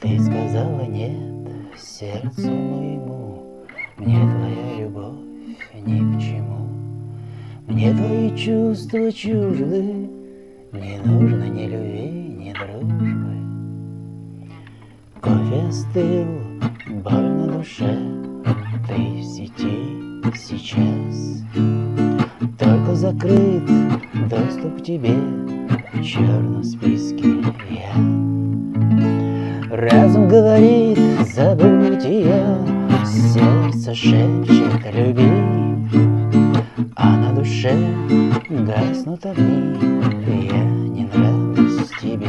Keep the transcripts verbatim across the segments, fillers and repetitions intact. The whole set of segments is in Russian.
Ты сказала нет сердцу моему, мне твоя любовь ни к чему. Мне твои чувства чужды, не нужно ни любви, ни дружбы. Кофе остыл, боль на душе, ты в сети сейчас. Только закрыт доступ к тебе, в черном списке я. Разум говорит, забудь ее, сердце шепчет, люби, а на душе гаснут огни, я не нравлюсь тебе.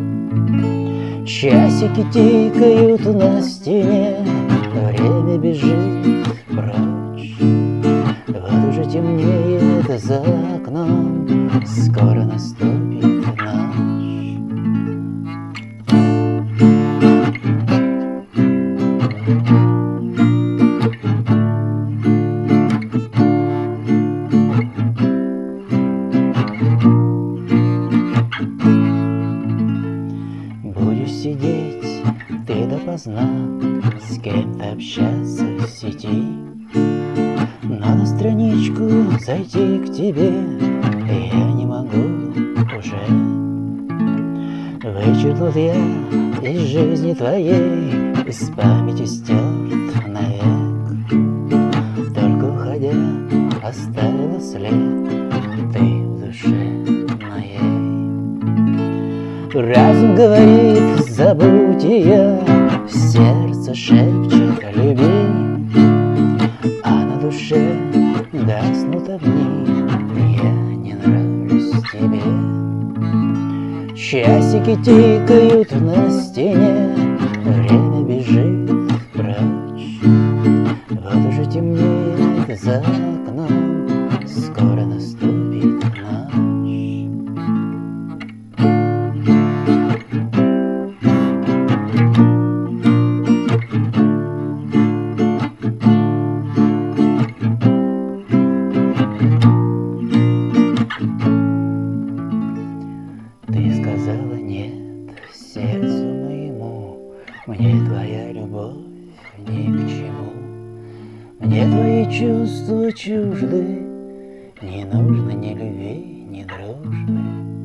Часики тикают на стене, время бежит прочь. Вот уже темнеет за окном, скоро наступит ночь. Будешь сидеть ты допоздна, с кем-то общаться в сети, но на страничку зайти к тебе я не могу уже. Вычеркнут я из жизни твоей, из памяти стерт навек. Только уходя оставила след ты в душе моей. Разум говорит, забудь ее, сердце шепчет, люби, а на душе гаснут огни, я не нравлюсь тебе. Часики тикают на стене, время бежит прочь. Вот уже темнеет за окном, скоро наступит ночь. Ты сказала нет сердцу моему, мне твоя любовь ни к чему. Мне твои чувства чужды, не нужно ни любви, ни дружбы.